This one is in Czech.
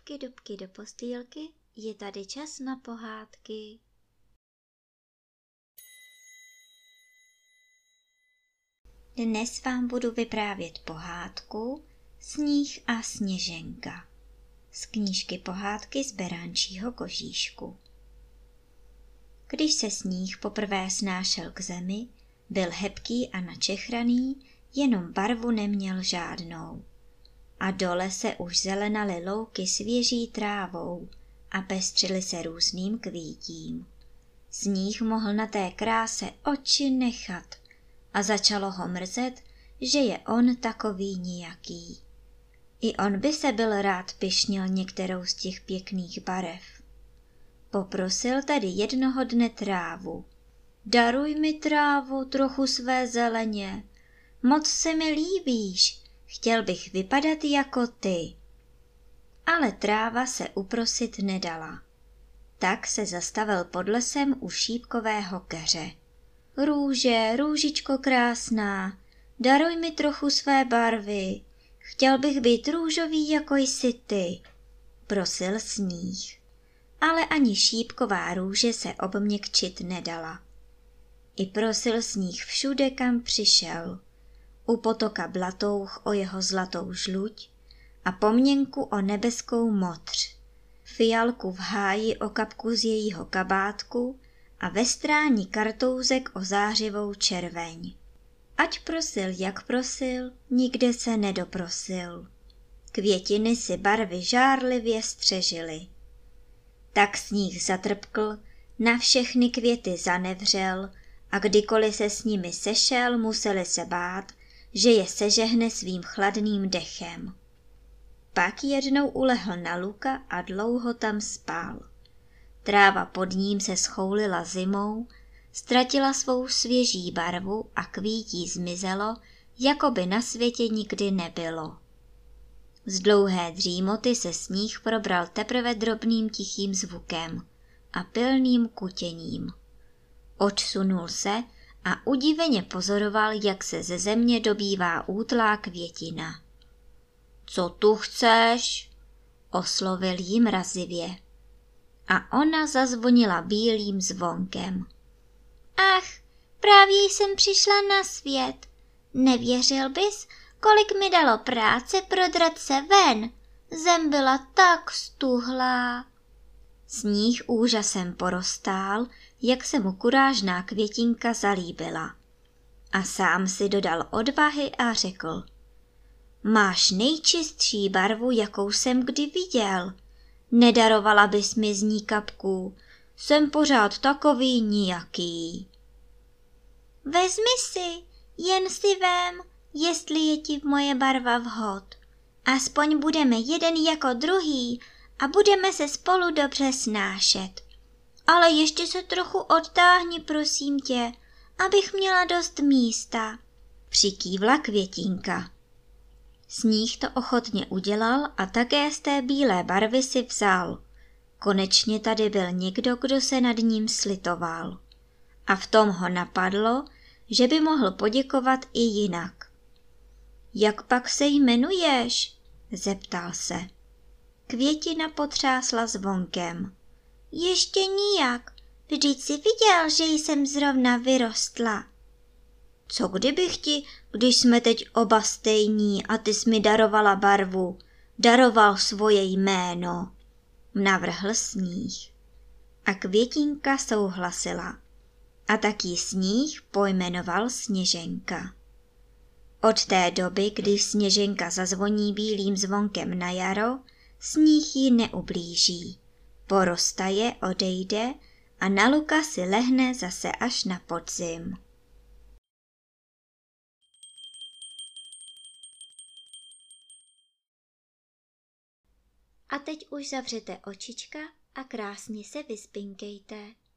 dubky, dubky do postýlky, je tady čas na pohádky. Dnes vám budu vyprávět pohádku Sníh a Sněženka z knížky Pohádky z Beránčího kožíšku. Když se sníh poprvé snášel k zemi, byl hebký a načechraný, jenom barvu neměl žádnou. A dole se už zelenaly louky svěží trávou a pestřily se různým kvítím. Sníh mohl na té kráse oči nechat a začalo ho mrzet, že je on takový nijaký. I on by se byl rád pyšnil některou z těch pěkných barev. Poprosil tedy jednoho dne trávu. Daruj mi, trávo, trochu své zeleně. Moc se mi líbíš, chtěl bych vypadat jako ty. Ale tráva se uprosit nedala. Tak se zastavil pod lesem u šípkového keře. Růže, růžičko krásná, daruj mi trochu své barvy. Chtěl bych být růžový, jako jsi ty, prosil sníh. Ale ani šípková růže se obměkčit nedala. I prosil sníh všude, kam přišel. U potoka blatouch o jeho zlatou žluť a pomněnku o nebeskou modř, fialku v háji o kapku z jejího kabátku a ve stráni kartouzek o zářivou červeň. Ať prosil, jak prosil, nikde se nedoprosil. Květiny si barvy žárlivě střežily. Tak sníh zatrpkl, na všechny květy zanevřel a kdykoliv se s nimi sešel, museli se bát, že je sežehne svým chladným dechem. Pak jednou ulehl na luka a dlouho tam spál. Tráva pod ním se schoulila zimou, ztratila svou svěží barvu a kvítí zmizelo, jako by na světě nikdy nebylo. Z dlouhé dřímoty se sníh probral teprve drobným tichým zvukem a pilným kutěním. Odsunul se a udiveně pozoroval, jak se ze země dobývá útlá květina. Co tu chceš? Oslovil jí mrazivě. A ona zazvonila bílým zvonkem. Ach, právě jsem přišla na svět. Nevěřil bys, kolik mi dalo práce prodrat se ven. Zem byla tak stuhlá. Sníh úžasem porostál, jak se mu kurážná květinka zalíbila. A sám si dodal odvahy a řekl: Máš nejčistší barvu, jakou jsem kdy viděl. Nedarovala bys mi z ní kapku, jsem pořád takový nijaký. Vezmi si, jen si vem, jestli je ti moje barva vhod. Aspoň budeme jeden jako druhý a budeme se spolu dobře snášet. Ale ještě se trochu odtáhni, prosím tě, abych měla dost místa, přikývla květinka. Sníh to ochotně udělal a také z té bílé barvy si vzal. Konečně tady byl někdo, kdo se nad ním slitoval. A v tom ho napadlo, že by mohl poděkovat i jinak. Jak pak se jmenuješ? Zeptal se. Květina potřásla zvonkem. Ještě nijak, vždyť si viděl, že jsem zrovna vyrostla. Co kdybych ti, když jsme teď oba stejní a ty jsi mi darovala barvu, daroval svoje jméno, navrhl sníh. A květinka souhlasila. A tak ji sníh pojmenoval Sněženka. Od té doby, kdy Sněženka zazvoní bílým zvonkem na jaro, sníh ji neublíží. Poroztaje, odejde a na luka si lehne zase až na podzim. A teď už zavřete očička a krásně se vyspinkejte.